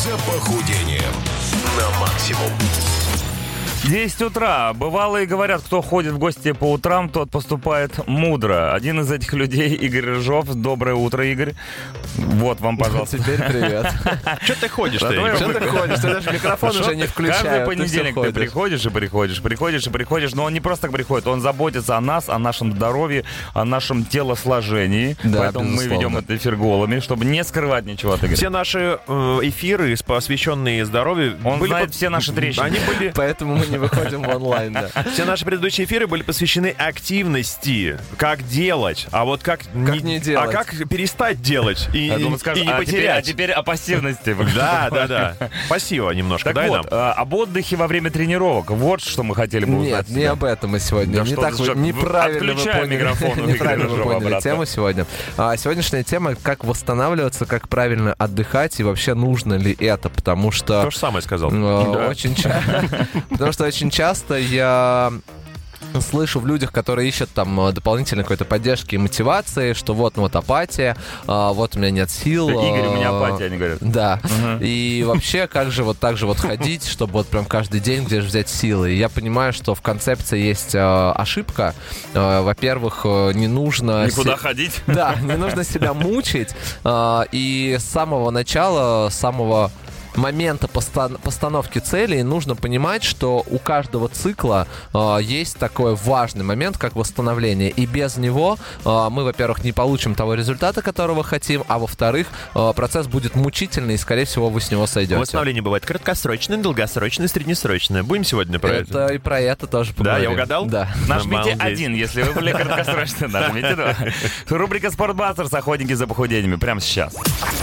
за похудением на максимум. 10 утра. Бывалые говорят, кто ходит в гости по утрам, тот поступает мудро. Один из этих людей Игорь Рыжов. Доброе утро, Игорь. Вот вам, пожалуйста. Теперь привет. Что ты ходишь-то? Что ты ходишь? Ты даже микрофон уже не включаешь. Каждый понедельник ты приходишь, но он не просто так приходит, он заботится о нас, о нашем здоровье, о нашем телосложении. Да, поэтому мы ведем этот эфир голыми, чтобы не скрывать ничего от Игоря. Все наши эфиры, посвященные здоровью... Он знает все наши трещины. Они были... Поэтому мы не выходим в онлайн, да. Все наши предыдущие эфиры были посвящены активности. Как делать, а вот как не делать. А как перестать делать и не А потерять. теперь о пассивности. Да. Пассива немножко, Так дай вот, нам. об отдыхе во время тренировок. Вот что мы хотели бы узнать. Нет, не об этом мы сегодня. Да Не что так ты, неправильно вы отключай поняли. микрофон у Игоря Неправильно вы Рыжова поняли обратно. тему сегодня. Сегодняшняя тема — как восстанавливаться, как правильно отдыхать и вообще нужно ли это, потому что... То же самое сказал. Потому что очень часто я слышу в людях, которые ищут там дополнительной какой-то поддержки и мотивации, что вот апатия, вот у меня нет сил. Игорь, у меня апатия, они говорят. Да. И вообще, как же вот так же вот ходить, чтобы вот прям каждый день где же взять силы. И я понимаю, что в концепции есть ошибка. Во-первых, не нужно... Никуда ходить. Да, не нужно себя мучить. И с самого начала, с самого момента постановки целей нужно понимать, что у каждого цикла есть такой важный момент, как восстановление. И без него мы, во-первых, не получим того результата, которого хотим, а во-вторых, процесс будет мучительный, и, скорее всего, вы с него сойдете. Восстановление бывает краткосрочное, долгосрочное, среднесрочное. Будем сегодня про это? Это и про это тоже поговорим. Да, я угадал? Да. Нажмите 1, если вы были краткосрочно. Нажмите 2. Рубрика «Спортбастерс. Охотники за похудениями». Прямо сейчас.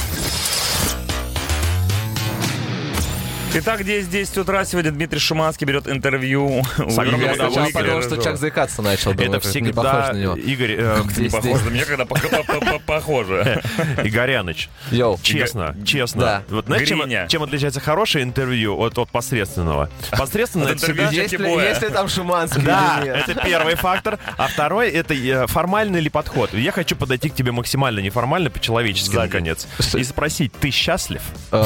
Итак, 10 утра. Сегодня Дмитрий Шуманский берет интервью. С огромным Я сначала удовольствием. подумал, что Чак заикаться начал. Это Думаю, не похож всегда, на него. Игорь, Не похоже на меня, когда похоже. Игоряныч, Йоу. честно. Да. Вот знаешь, Гриня. чем отличается хорошее интервью от посредственного? Посредственное От это всегда... интервью Чаки-боя. Если там Шуманский Да, или нет. это первый фактор. А второй — это формальный ли подход. Я хочу подойти к тебе максимально неформально, по-человечески, Сзади. наконец. И спросить, ты счастлив?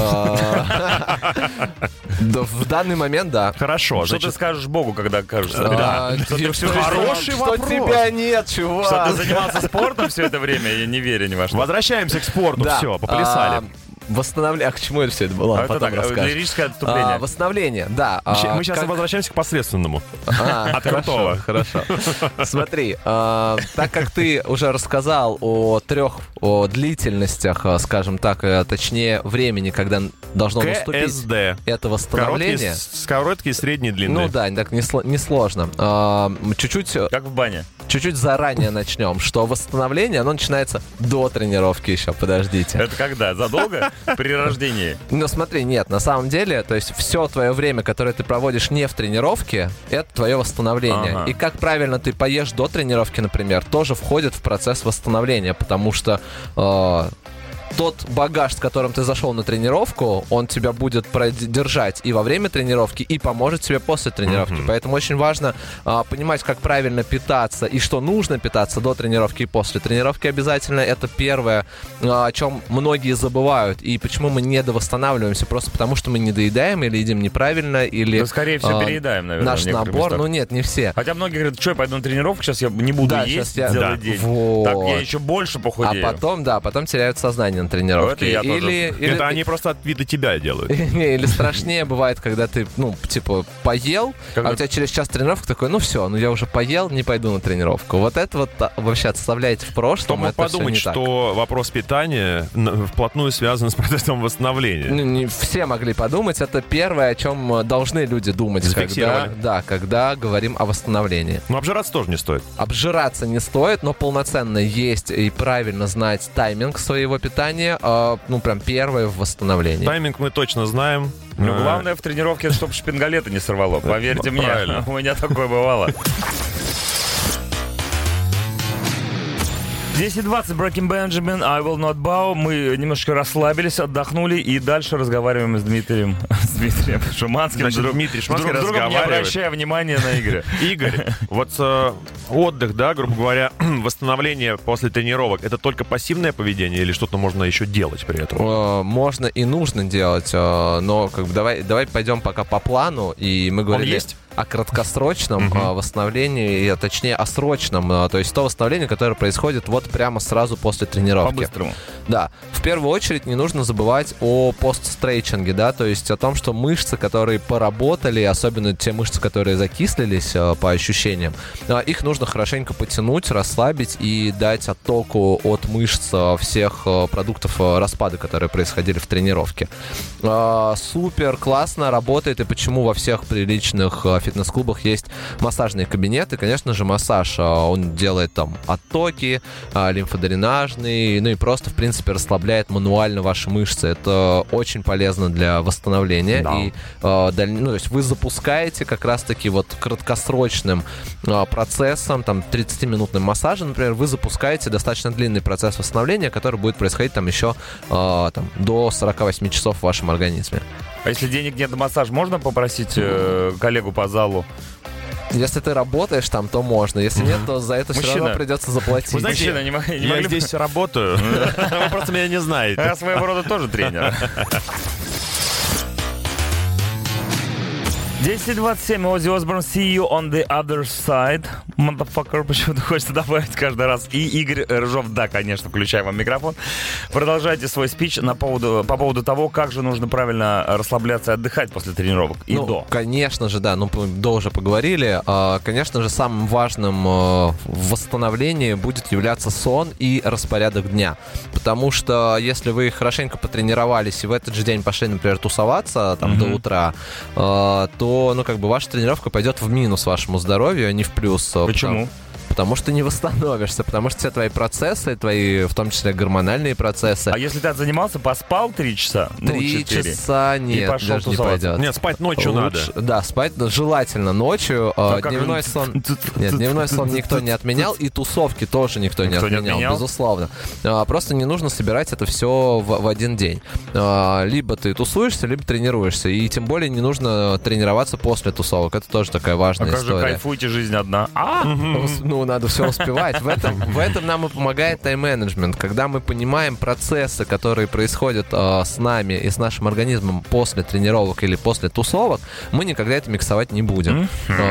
В данный момент, да. Хорошо, Что ты значит... скажешь Богу, когда окажешься? Хороший Что вопрос. тебя нет, чувак? Что ты занимался спортом все это время, я не верю ни во что. Возвращаемся к спорту. Да. Все, поплясали. Восстановление. А к чему это все это было? Это Потом так, расскажешь. лирическое отступление. Восстановление, да. Мы сейчас возвращаемся к посредственному. От крутого. Хорошо. Смотри, так как ты уже рассказал о длительностях, скажем так, точнее времени, когда должно наступить КСД. это восстановление. Короткие, средние, длинные. Ну да, так несложно. Чуть-чуть заранее начнем, что восстановление, оно начинается до тренировки еще, подождите. Это когда? Задолго? При рождении? Ну смотри, нет, на самом деле, то есть все твое время, которое ты проводишь не в тренировке, это твое восстановление. Ага. И как правильно ты поешь до тренировки, например, тоже входит в процесс восстановления, потому что тот багаж, с которым ты зашел на тренировку, он тебя будет держать и во время тренировки, и поможет тебе после тренировки. Поэтому очень важно понимать, как правильно питаться и что нужно питаться до тренировки и после тренировки обязательно. Это первое, о чем многие забывают. И почему мы недовосстанавливаемся? Просто потому, что мы не доедаем или едим неправильно, или... Ну, скорее всего, переедаем, наверное. Наш набор, ну нет, не все. Хотя многие говорят, что я пойду на тренировку, сейчас я не буду есть целый день. Вот. Так я еще больше похудею. А потом теряют сознание на тренировке. Это я тоже. Это они просто от вида тебя делают. Или страшнее бывает, когда ты, поел, Когда... а у тебя через час тренировка такой, я уже поел, не пойду на тренировку. Вот это вот вообще отставляете в прошлом. Кто мог подумать, что вопрос питания вплотную связан с процессом восстановления? Не все могли подумать. Это первое, о чем должны люди думать, когда говорим о восстановлении. Но обжираться тоже не стоит. Обжираться не стоит, но полноценно есть и правильно знать тайминг своего питания, прям первое в восстановлении. Тайминг мы точно знаем. Но главное в тренировке, чтобы шпингалеты не сорвало. Поверьте мне, у меня такое бывало. 10:20, Breaking Benjamin, I Will Not Bow. Мы немножко расслабились, отдохнули и дальше разговариваем с Дмитрием Шуманским. Значит, Дмитрий Шуманский друг другом, не разговаривает. обращая внимания на Игоря. Игорь, вот отдых, да, грубо говоря, восстановление после тренировок, это только пассивное поведение или что-то можно еще делать при этом? Можно и нужно делать, но как бы давай пойдем пока по плану, и мы говорили... есть? О краткосрочном восстановлении, точнее о срочном, то есть то восстановление, которое происходит вот прямо сразу после тренировки. По-быстрому. Да. В первую очередь не нужно забывать о постстрейчинге, да, то есть о том, что мышцы, которые поработали, особенно те мышцы, которые закислились по ощущениям, их нужно хорошенько потянуть, расслабить и дать оттоку от мышц всех продуктов распада, которые происходили в тренировке. Супер классно работает, и почему во всех приличных фитнес-клубах есть массажные кабинеты. Конечно же, массаж, он делает там оттоки, лимфодренажный, ну и просто, в принципе, расслабляет мануально ваши мышцы. Это очень полезно для восстановления. Да. И, то есть вы запускаете как раз-таки вот краткосрочным процессом, там, 30-минутным массажем, например, вы запускаете достаточно длинный процесс восстановления, который будет происходить там еще до 48 часов в вашем организме. А если денег нет на массаж, можно попросить коллегу по залу? Если ты работаешь там, то можно. Если нет, то за это все равно придется заплатить. Вы знаете, Мужчина, не я могли бы- здесь работаю, вы просто меня не знаете. Я своего рода тоже тренер. 10:27, Ozzy Osbourne, See You on the Other Side. Motherfucker, почему-то хочется добавить каждый раз. И Игорь Рыжов, да, конечно, включаем вам микрофон. Продолжайте свой спич по поводу того, как же нужно правильно расслабляться и отдыхать после тренировок и до. Конечно же, да, мы до уже поговорили. Конечно же, самым важным в восстановлении будет являться сон и распорядок дня. Потому что если вы хорошенько потренировались и в этот же день пошли, например, тусоваться там до утра, то ваша тренировка пойдет в минус вашему здоровью, а не в плюс. Почему? Потому что не восстановишься, потому что все твои процессы, твои, в том числе гормональные процессы. А если ты отзанимался, поспал 3 часа? 3 часа нет, пошел даже не тусоваться. пойдет. Нет, спать ночью надо. Да, спать желательно ночью. как Дневной же- сон... Нет, дневной сон никто не отменял, и тусовки тоже никто не отменял, безусловно. Просто не нужно собирать это все в один день. Либо ты тусуешься, либо тренируешься. И тем более не нужно тренироваться после тусовок. Это тоже такая важная как же история. кайфуйте, жизнь одна. Ну, надо все успевать. В этом нам и помогает тайм-менеджмент. Когда мы понимаем процессы, которые происходят с нами и с нашим организмом после тренировок или после тусовок, мы никогда это миксовать не будем.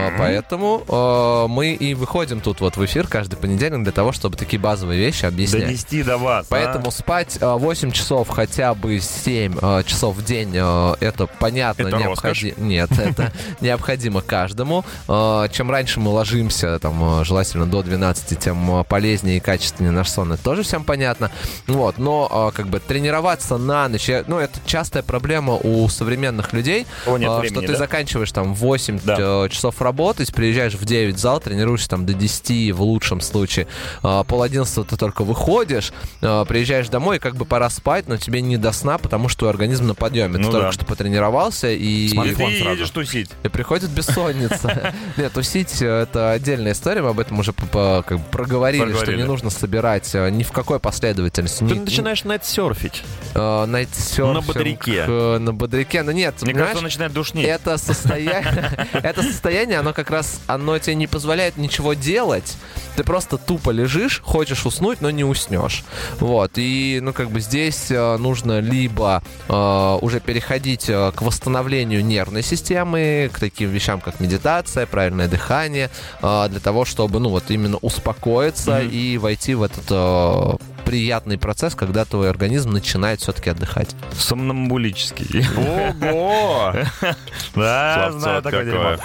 Поэтому мы и выходим тут вот в эфир каждый понедельник для того, чтобы такие базовые вещи объяснять. Донести до вас. Поэтому спать 8 часов, хотя бы 7 часов в день, это понятно. Это роскошь. Нет, это необходимо каждому. Чем раньше мы ложимся, там, желательно до 12, тем полезнее и качественнее наш сон. Это тоже всем понятно. Вот. Но тренироваться на ночь, это частая проблема у современных людей, Нет что времени, ты да? заканчиваешь там в 8 часов работать, приезжаешь в 9 в зал, тренируешься там до 10 в лучшем случае. 10:30 ты только выходишь, приезжаешь домой, и как бы пора спать, но тебе не до сна, потому что подъеме. Ты только что потренировался, и И ты едешь тусить. и приходит бессонница. Нет, тусить — это отдельная история, мы об этом уже проговорили, что не нужно собирать ни в какой последовательности. Ты начинаешь найтсерфить. Найтсерфинг. На бодряке. На бодряке. Но нет, Мне понимаешь, кажется, он начинает душнить. это состояние, оно как раз, оно тебе не позволяет ничего делать. Ты просто тупо лежишь, хочешь уснуть, но не уснешь. Вот. И, здесь нужно либо уже переходить к восстановлению нервной системы, к таким вещам, как медитация, правильное дыхание, для того, чтобы, именно успокоиться и войти в этот приятный процесс, когда твой организм начинает все-таки отдыхать. Сомнамбулический. Ого! Да, Словцо знаю такое дерьмо.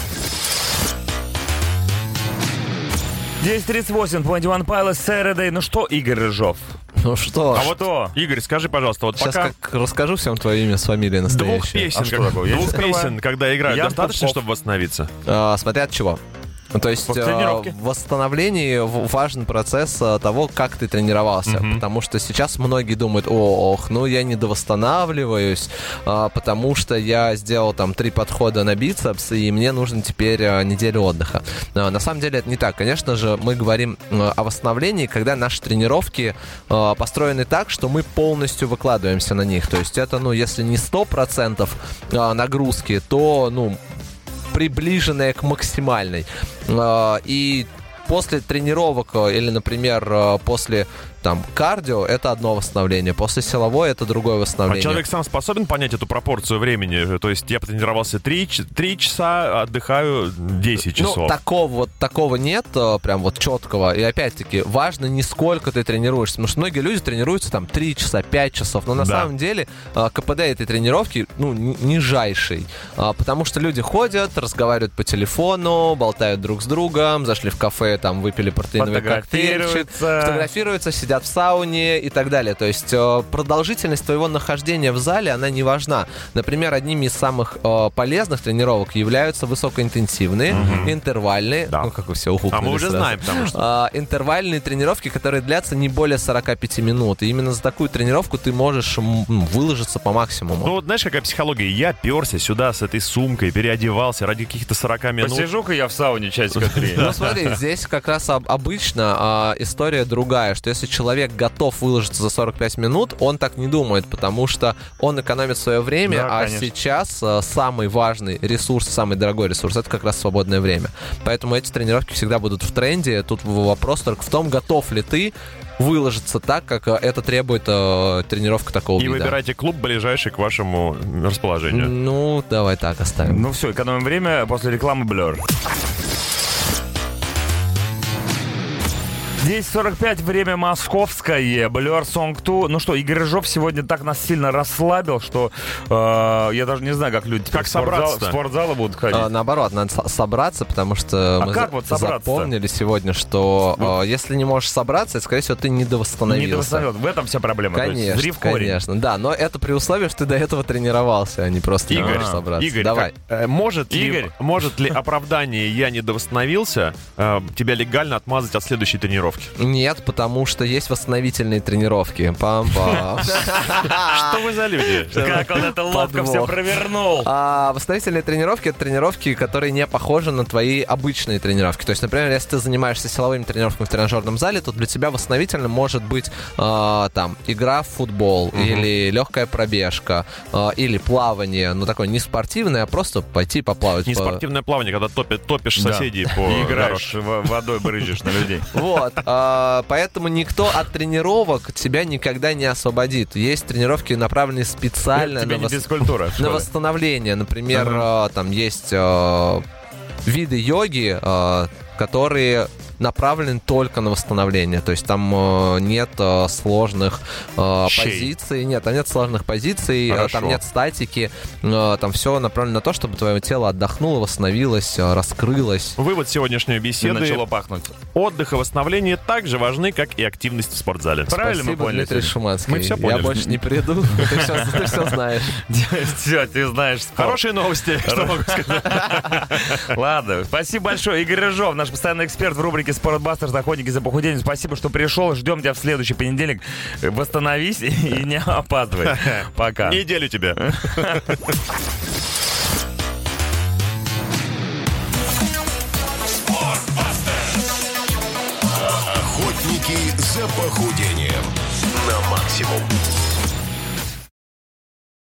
10:38, 21 Pilots, Saturday. Ну что, Игорь Рыжов? Ну что, А вот то. Игорь, скажи, пожалуйста, вот сейчас пока как расскажу всем твое имя с фамилией настоящей. двух песен, А что такое? Я не скрываю. когда играют, Ян достаточно, Попов. чтобы восстановиться? Смотря от чего. То есть После тренировки. в восстановлении важен процесс того, как ты тренировался. Потому что сейчас многие думают, я не довосстанавливаюсь, потому что я сделал там 3 подхода на бицепс, и мне нужно теперь неделю отдыха. На самом деле это не так. Конечно же, мы говорим о восстановлении, когда наши тренировки построены так, что мы полностью выкладываемся на них. То есть это, если не 100% нагрузки, то, приближенная к максимальной. И после тренировок или, например, после кардио — это одно восстановление, после силовой — это другое восстановление. А человек сам способен понять эту пропорцию времени? То есть я потренировался 3 часа, отдыхаю 10 часов. Такого нет, прям четкого. И опять-таки, важно не сколько ты тренируешься, потому что многие люди тренируются 3 часа, 5 часов, но на самом деле КПД этой тренировки, нижайший. Потому что люди ходят, разговаривают по телефону, болтают друг с другом, зашли в кафе, выпили протеиновый коктейльчик, фотографируются, сидят в сауне и так далее. То есть продолжительность твоего нахождения в зале, она не важна. Например, одними из самых полезных тренировок являются высокоинтенсивные, интервальные, как вы все ухукнули. А мы уже знаем, потому что... интервальные тренировки, которые длятся не более 45 минут. И именно за такую тренировку ты можешь выложиться по максимуму. Знаешь, какая психология? Я перся сюда с этой сумкой, переодевался ради каких-то 40 минут. Посижу-ка я в сауне часика 3. Смотри, здесь как раз обычно история другая, что если человек готов выложиться за 45 минут, он так не думает, потому что он экономит свое время, конечно. Сейчас самый важный ресурс, самый дорогой ресурс — это как раз свободное время. Поэтому эти тренировки всегда будут в тренде. Тут вопрос только в том, готов ли ты выложиться так, как это требует тренировка такого вида. И выбирайте клуб, ближайший к вашему расположению. Давай так оставим. Все, экономим время. После рекламы Blur. 10:45, время московское, Blur Song 2. Игорь Рыжов сегодня так нас сильно расслабил, что я даже не знаю, как люди теперь в спортзалы будут ходить. Наоборот, надо собраться, потому что мы запомнили сегодня, что если не можешь собраться, это, скорее всего, ты недовосстановился. В этом вся проблема. Конечно, да, но это при условии, что ты до этого тренировался, а не просто не можешь собраться. Игорь, давай. Может ли оправдание «я недовосстановился» тебя легально отмазать от следующей тренировки? Нет, потому что есть восстановительные тренировки. Пам-пам. Что вы за люди? Как он это ловко все провернул. Восстановительные тренировки — это тренировки, которые не похожи на твои обычные тренировки. То есть, например, если ты занимаешься силовыми тренировками в тренажерном зале, то для тебя восстановительным может быть игра в футбол, или легкая пробежка, или плавание, такое не спортивное, а просто пойти поплавать. Не спортивное плавание, когда топишь соседей по играешь, водой брызжешь на людей. Вот. Поэтому никто от тренировок тебя никогда не освободит. Есть тренировки, направленные специально на восстановление. Например, там есть виды йоги, которые направлен только на восстановление. То есть там нет сложных позиций. Нет, там нет сложных позиций, там нет статики. Там все направлено на то, чтобы твое тело отдохнуло, восстановилось, раскрылось. Вывод сегодняшней беседы: начало пахнуть. Отдых и восстановление так же важны, как и активность в спортзале. Правильно. Спасибо, мы поняли, Дмитрий Шуманский. Мы все поняли. Я больше не приду. Ты все знаешь. Все, ты знаешь. Хорошие новости, что могу сказать. Ладно, спасибо большое. Игорь Рыжов, наш постоянный эксперт в рубрике «Спортбастерс. Охотники за похудением». Спасибо, что пришел. Ждем тебя в следующий понедельник. Восстановись и не опаздывай. Пока. Неделю тебе. Охотники за похудением на максимум.